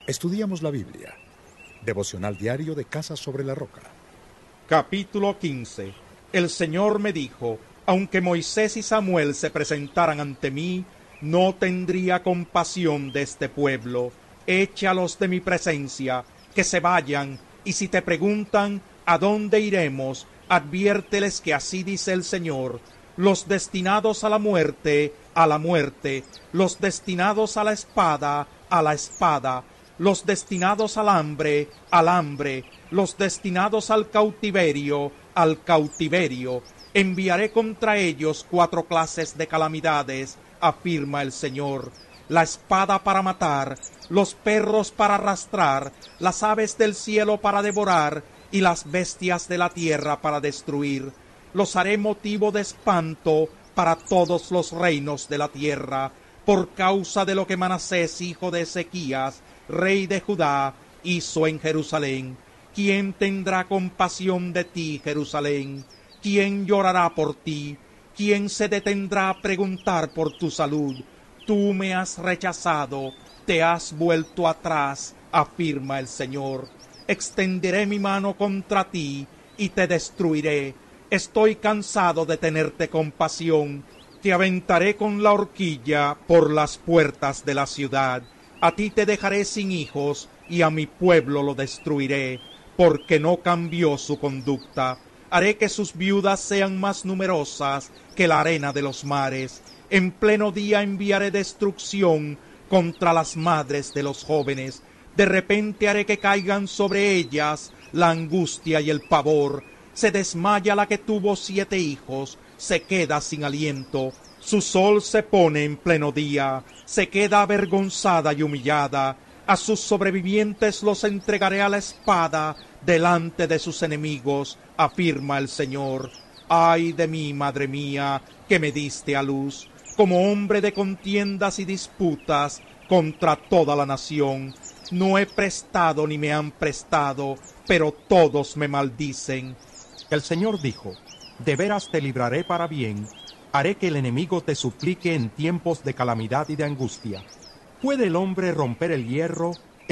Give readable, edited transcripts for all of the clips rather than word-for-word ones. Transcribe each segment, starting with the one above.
Estudiamos la Biblia. Devocional diario de Casa sobre la Roca. Capítulo 15. El Señor me dijo: aunque Moisés y Samuel se presentaran ante mí, no tendría compasión de este pueblo. Échalos de mi presencia, que se vayan, y si te preguntan ¿a dónde iremos?, adviérteles que así dice el Señor: los destinados a la muerte, los destinados a la espada, los destinados al hambre, los destinados al cautiverio, enviaré contra ellos 4 clases de calamidades, afirma el Señor: la espada para matar, los perros para arrastrar, las aves del cielo para devorar, y las bestias de la tierra para destruir. Los haré motivo de espanto para todos los reinos de la tierra, por causa de lo que Manasés, hijo de Ezequías, rey de Judá, hizo en Jerusalén. ¿Quién tendrá compasión de ti, Jerusalén? ¿Quién llorará por ti? ¿Quién se detendrá a preguntar por tu salud? Tú me has rechazado, te has vuelto atrás, afirma el Señor. Extenderé mi mano contra ti y te destruiré. Estoy cansado de tenerte compasión. Te aventaré con la horquilla por las puertas de la ciudad. A ti te dejaré sin hijos y a mi pueblo lo destruiré, porque no cambió su conducta. Haré que sus viudas sean más numerosas que la arena de los mares. En pleno día enviaré destrucción contra las madres de los jóvenes. De repente haré que caigan sobre ellas la angustia y el pavor. Se desmaya la que tuvo 7 hijos, se queda sin aliento. Su sol se pone en pleno día, se queda avergonzada y humillada. A sus sobrevivientes los entregaré a la espada delante de sus enemigos, afirma el Señor. Ay de mí, madre mía, que me diste a luz, como hombre de contiendas y disputas contra toda la nación. No he prestado ni me han prestado, pero todos me maldicen. El Señor dijo: de veras te libraré para bien, haré que el enemigo te suplique en tiempos de calamidad y de angustia. ¿Puede el hombre romper el hierro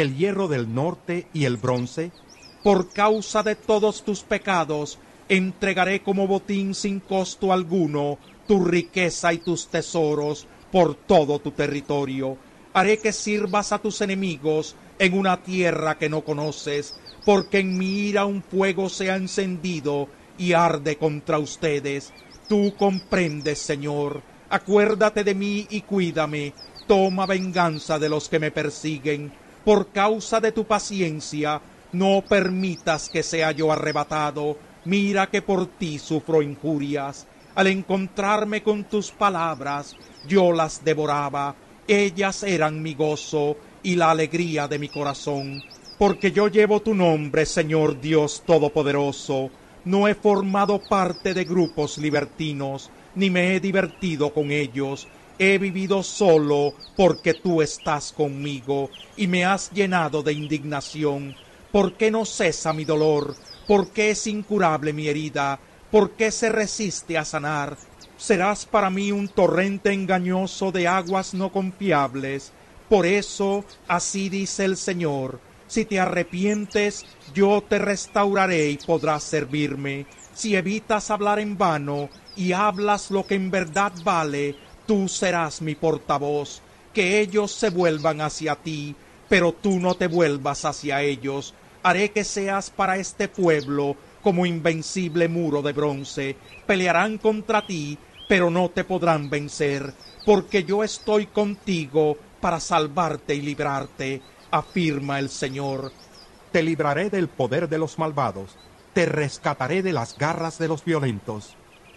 del norte y el bronce? Por causa de todos tus pecados, entregaré como botín sin costo alguno tu riqueza y tus tesoros por todo tu territorio. Haré que sirvas a tus enemigos en una tierra que no conoces, porque en mi ira un fuego se ha encendido y arde contra ustedes. Tú comprendes, Señor. Acuérdate de mí y cuídame. Toma venganza de los que me persiguen. Por causa de tu paciencia, no permitas que sea yo arrebatado. Mira que por ti sufro injurias. Al encontrarme con tus palabras, yo las devoraba. Ellas eran mi gozo y la alegría de mi corazón. Porque yo llevo tu nombre, Señor Dios Todopoderoso. No he formado parte de grupos libertinos, ni me he divertido con ellos. He vivido solo porque tú estás conmigo y me has llenado de indignación. ¿Por qué no cesa mi dolor? ¿Por qué es incurable mi herida? ¿Por qué se resiste a sanar? Serás para mí un torrente engañoso de aguas no confiables. Por eso, así dice el Señor: si te arrepientes, yo te restauraré y podrás servirme. Si evitas hablar en vano y hablas lo que en verdad vale, tú serás mi portavoz. Que ellos se vuelvan hacia ti, pero tú no te vuelvas hacia ellos. Haré que seas para este pueblo como invencible muro de bronce. Pelearán contra ti, pero no te podrán vencer, porque yo estoy contigo para salvarte y librarte, afirma el Señor. Te libraré del poder de los malvados, te rescataré de las garras de los violentos.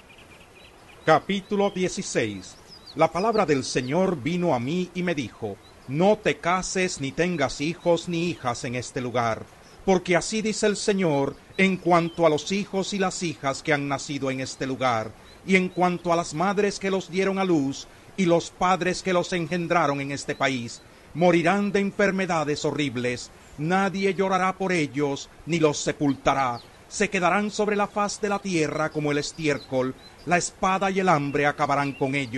Capítulo 16. La palabra del Señor vino a mí y me dijo: no te cases ni tengas hijos ni hijas en este lugar, porque así dice el Señor en cuanto a los hijos y las hijas que han nacido en este lugar, y en cuanto a las madres que los dieron a luz y los padres que los engendraron en este país. Morirán de enfermedades horribles. Nadie llorará por ellos ni los sepultará. Se quedarán sobre la faz de la tierra como el estiércol. La espada y el hambre acabarán con ellos,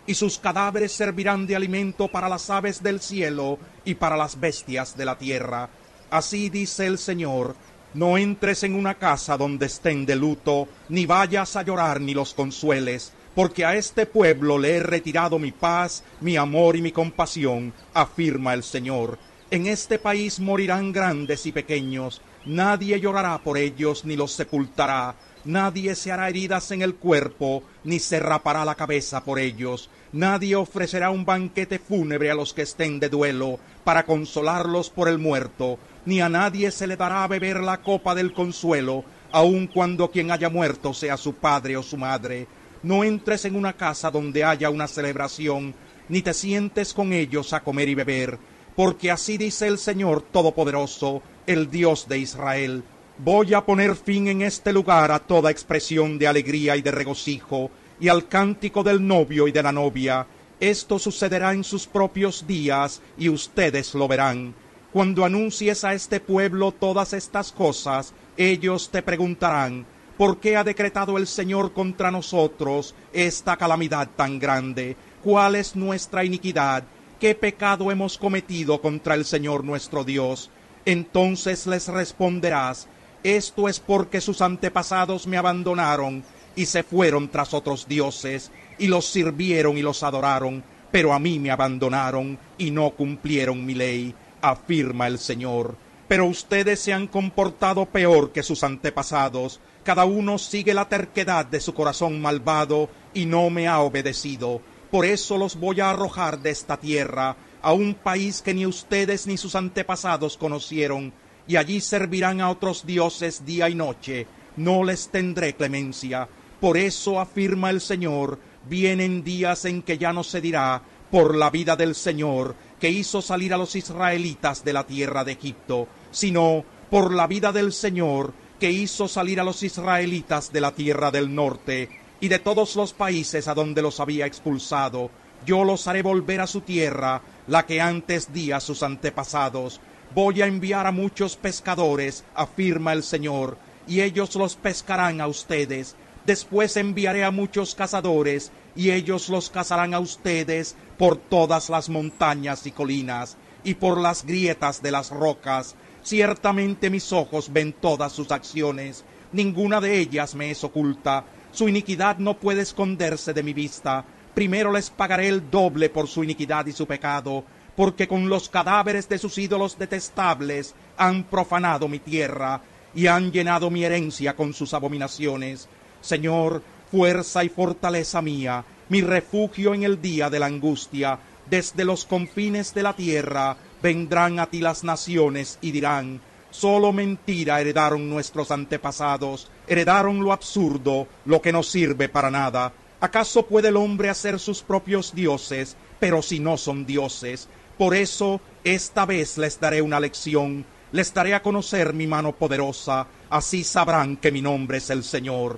y sus cadáveres servirán de alimento para las aves del cielo y para las bestias de la tierra. Así dice el Señor: no entres en una casa donde estén de luto, ni vayas a llorar ni los consueles, porque a este pueblo le he retirado mi paz, mi amor y mi compasión, afirma el Señor. En este país morirán grandes y pequeños, nadie llorará por ellos ni los sepultará, nadie se hará heridas en el cuerpo, ni se rapará la cabeza por ellos, nadie ofrecerá un banquete fúnebre a los que estén de duelo, para consolarlos por el muerto, ni a nadie se le dará a beber la copa del consuelo, aun cuando quien haya muerto sea su padre o su madre. No entres en una casa donde haya una celebración, ni te sientes con ellos a comer y beber, porque así dice el Señor Todopoderoso, el Dios de Israel: voy a poner fin en este lugar a toda expresión de alegría y de regocijo, y al cántico del novio y de la novia. Esto sucederá en sus propios días, y ustedes lo verán. Cuando anuncies a este pueblo todas estas cosas, ellos te preguntarán: ¿por qué ha decretado el Señor contra nosotros esta calamidad tan grande? ¿Cuál es nuestra iniquidad? ¿Qué pecado hemos cometido contra el Señor nuestro Dios? Entonces les responderás: esto es porque sus antepasados me abandonaron y se fueron tras otros dioses, y los sirvieron y los adoraron, pero a mí me abandonaron y no cumplieron mi ley, afirma el Señor. Pero ustedes se han comportado peor que sus antepasados, cada uno sigue la terquedad de su corazón malvado y no me ha obedecido. Por eso los voy a arrojar de esta tierra, a un país que ni ustedes ni sus antepasados conocieron, y allí servirán a otros dioses día y noche. No les tendré clemencia. Por eso afirma el Señor: vienen días en que ya no se dirá, por la vida del Señor, que hizo salir a los israelitas de la tierra de Egipto, sino por la vida del Señor, que hizo salir a los israelitas de la tierra del norte, y de todos los países a donde los había expulsado. Yo los haré volver a su tierra, la que antes di a sus antepasados. Voy a enviar a muchos pescadores, afirma el Señor, y ellos los pescarán a ustedes. Después enviaré a muchos cazadores, y ellos los cazarán a ustedes por todas las montañas y colinas, y por las grietas de las rocas. Ciertamente mis ojos ven todas sus acciones, ninguna de ellas me es oculta. Su iniquidad no puede esconderse de mi vista. Primero les pagaré el doble por su iniquidad y su pecado, porque con los cadáveres de sus ídolos detestables han profanado mi tierra, y han llenado mi herencia con sus abominaciones. Señor, fuerza y fortaleza mía, mi refugio en el día de la angustia, desde los confines de la tierra vendrán a ti las naciones y dirán: solo mentira heredaron nuestros antepasados, heredaron lo absurdo, lo que no sirve para nada. ¿Acaso puede el hombre hacer sus propios dioses, pero si no son dioses? Por eso, esta vez les daré una lección, les daré a conocer mi mano poderosa, así sabrán que mi nombre es el Señor.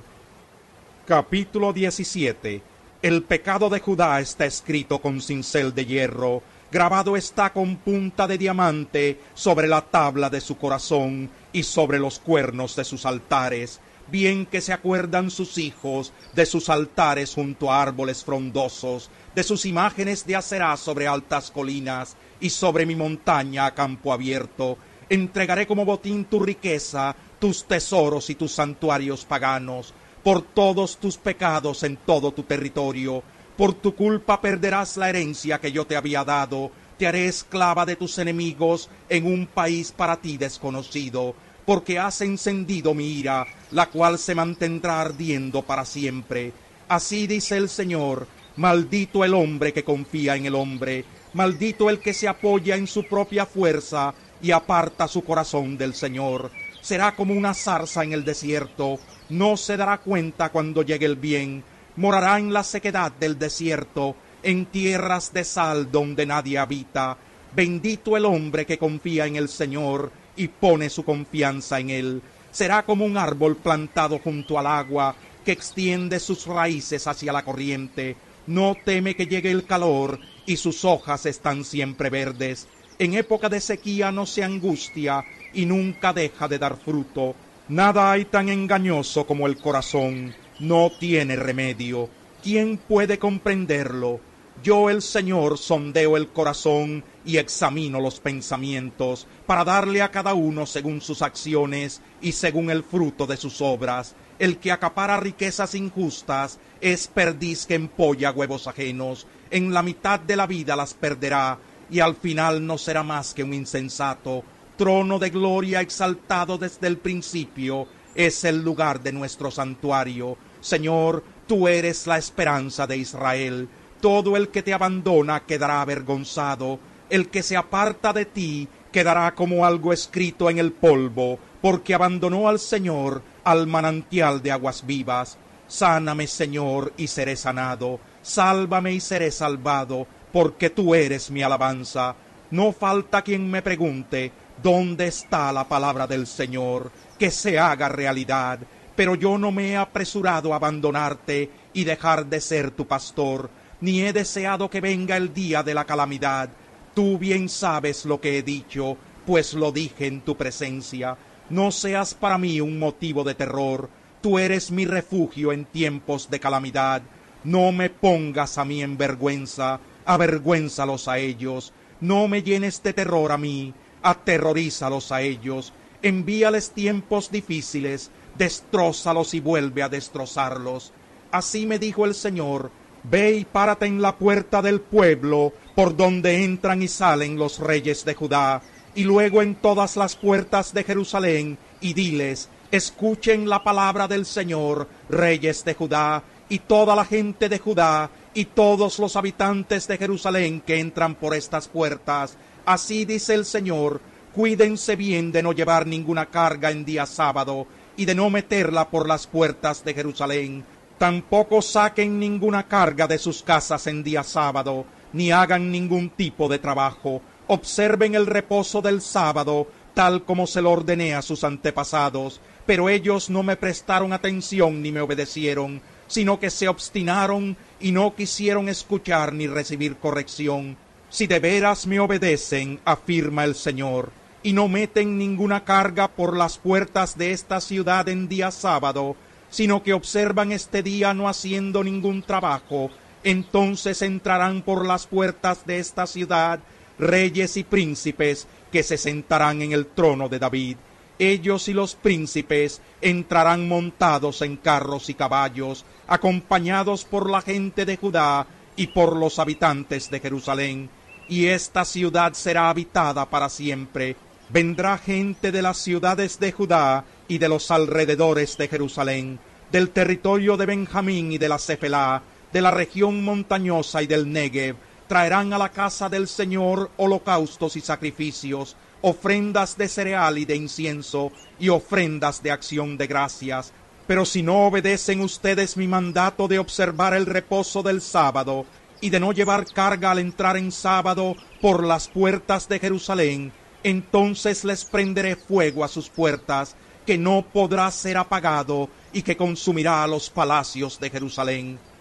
Capítulo 17. El pecado de Judá está escrito con cincel de hierro, grabado está con punta de diamante sobre la tabla de su corazón y sobre los cuernos de sus altares. Bien que se acuerdan sus hijos de sus altares junto a árboles frondosos, de sus imágenes de Aserá sobre altas colinas y sobre mi montaña a campo abierto. Entregaré como botín tu riqueza, tus tesoros y tus santuarios paganos. Por todos tus pecados en todo tu territorio, por tu culpa perderás la herencia que yo te había dado. Te haré esclava de tus enemigos en un país para ti desconocido, porque has encendido mi ira, la cual se mantendrá ardiendo para siempre. Así dice el Señor: maldito el hombre que confía en el hombre, maldito el que se apoya en su propia fuerza y aparta su corazón del Señor. Será como una zarza en el desierto, no se dará cuenta cuando llegue el bien. Morará en la sequedad del desierto, en tierras de sal donde nadie habita. Bendito el hombre que confía en el Señor y pone su confianza en él. Será como un árbol plantado junto al agua, que extiende sus raíces hacia la corriente. No teme que llegue el calor, y sus hojas están siempre verdes. En época de sequía no se angustia, y nunca deja de dar fruto. Nada hay tan engañoso como el corazón, no tiene remedio. ¿Quién puede comprenderlo? Yo, el Señor, sondeo el corazón y examino los pensamientos, para darle a cada uno según sus acciones y según el fruto de sus obras. El que acapara riquezas injustas es perdiz que empolla huevos ajenos. En la mitad de la vida las perderá, y al final no será más que un insensato. Trono de gloria exaltado desde el principio, es el lugar de nuestro santuario. Señor, tú eres la esperanza de Israel. Todo el que te abandona quedará avergonzado. El que se aparta de ti quedará como algo escrito en el polvo, porque abandonó al Señor, al manantial de aguas vivas. Sáname, Señor, y seré sanado. Sálvame y seré salvado, porque tú eres mi alabanza. No falta quien me pregunte, ¿dónde está la palabra del Señor? Que se haga realidad. Pero yo no me he apresurado a abandonarte y dejar de ser tu pastor, ni he deseado que venga el día de la calamidad. Tú bien sabes lo que he dicho, pues lo dije en tu presencia. No seas para mí un motivo de terror. Tú eres mi refugio en tiempos de calamidad. No me pongas a mí en vergüenza, avergüénzalos a ellos. No me llenes de terror a mí, aterrorízalos a ellos. Envíales tiempos difíciles, destrózalos y vuelve a destrozarlos. Así me dijo el Señor: ve y párate en la puerta del pueblo, por donde entran y salen los reyes de Judá, y luego en todas las puertas de Jerusalén, y diles: escuchen la palabra del Señor, reyes de Judá, y toda la gente de Judá, y todos los habitantes de Jerusalén que entran por estas puertas. Así dice el Señor: cuídense bien de no llevar ninguna carga en día sábado, y de no meterla por las puertas de Jerusalén. Tampoco saquen ninguna carga de sus casas en día sábado, ni hagan ningún tipo de trabajo. Observen el reposo del sábado, tal como se lo ordené a sus antepasados. Pero ellos no me prestaron atención ni me obedecieron, sino que se obstinaron y no quisieron escuchar ni recibir corrección. Si de veras me obedecen, afirma el Señor, y no meten ninguna carga por las puertas de esta ciudad en día sábado, sino que observan este día no haciendo ningún trabajo, entonces entrarán por las puertas de esta ciudad reyes y príncipes que se sentarán en el trono de David. Ellos y los príncipes entrarán montados en carros y caballos, acompañados por la gente de Judá y por los habitantes de Jerusalén, y esta ciudad será habitada para siempre. Vendrá gente de las ciudades de Judá y de los alrededores de Jerusalén, del territorio de Benjamín y de la Cefelá, de la región montañosa y del Negev. Traerán a la casa del Señor holocaustos y sacrificios, ofrendas de cereal y de incienso, y ofrendas de acción de gracias. Pero si no obedecen ustedes mi mandato de observar el reposo del sábado, y de no llevar carga al entrar en sábado por las puertas de Jerusalén, entonces les prenderé fuego a sus puertas, que no podrá ser apagado, y que consumirá a los palacios de Jerusalén.